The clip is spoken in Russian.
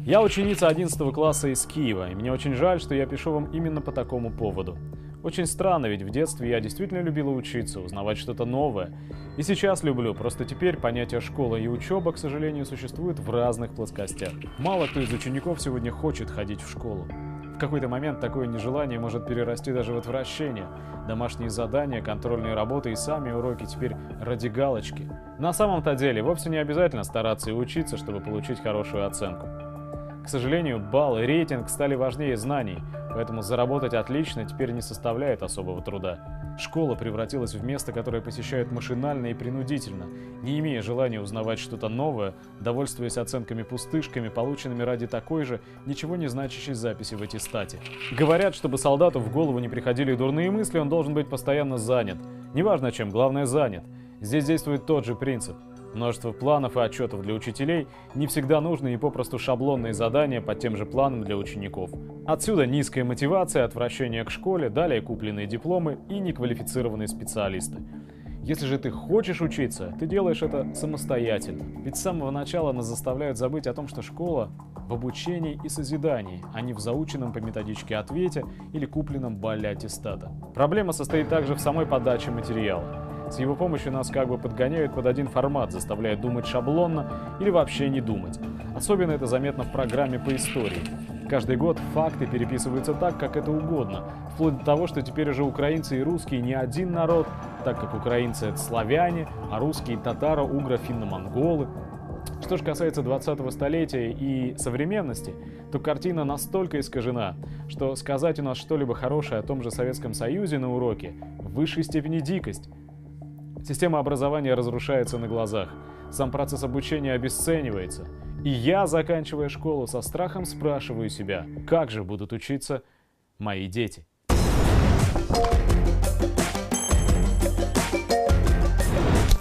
Я ученица 11 класса из Киева, и мне очень жаль, что я пишу вам именно по такому поводу. Очень странно, ведь в детстве я действительно любила учиться, узнавать что-то новое. И сейчас люблю, просто теперь понятие школа и учеба, к сожалению, существуют в разных плоскостях. Мало кто из учеников сегодня хочет ходить в школу. В какой-то момент такое нежелание может перерасти даже в отвращение. Домашние задания, контрольные работы и сами уроки теперь ради галочки. На самом-то деле вовсе не обязательно стараться и учиться, чтобы получить хорошую оценку. К сожалению, балл и рейтинг стали важнее знаний, поэтому заработать отлично теперь не составляет особого труда. Школа превратилась в место, которое посещают машинально и принудительно, не имея желания узнавать что-то новое, довольствуясь оценками-пустышками, полученными ради такой же, ничего не значащей записи в аттестате. Говорят, чтобы солдату в голову не приходили дурные мысли, он должен быть постоянно занят. Неважно чем, главное занят. Здесь действует тот же принцип. Множество планов и отчетов для учителей, не всегда нужны и попросту шаблонные задания по тем же планам для учеников. Отсюда низкая мотивация, отвращение к школе, далее купленные дипломы и неквалифицированные специалисты. Если же ты хочешь учиться, ты делаешь это самостоятельно. Ведь с самого начала нас заставляют забыть о том, что школа в обучении и созидании, а не в заученном по методичке ответе или купленном балле аттестата. Проблема состоит также в самой подаче материала. С его помощью нас как бы подгоняют под один формат, заставляя думать шаблонно или вообще не думать. Особенно это заметно в программе по истории. Каждый год факты переписываются так, как это угодно, вплоть до того, что теперь уже украинцы и русские не один народ, так как украинцы — это славяне, а русские — татаро, угро, финно-монголы. Что же касается 20-го столетия и современности, то картина настолько искажена, что сказать у нас что-либо хорошее о том же Советском Союзе на уроке в высшей степени дикость. Система образования разрушается на глазах, сам процесс обучения обесценивается. И я, заканчивая школу, со страхом спрашиваю себя, как же будут учиться мои дети.